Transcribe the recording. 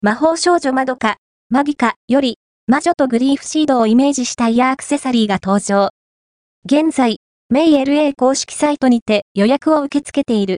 魔法少女まどか、マギカより、魔女とグリーフシードをイメージしたイヤーアクセサリーが登場。現在、メイ LA 公式サイトにて予約を受け付けている。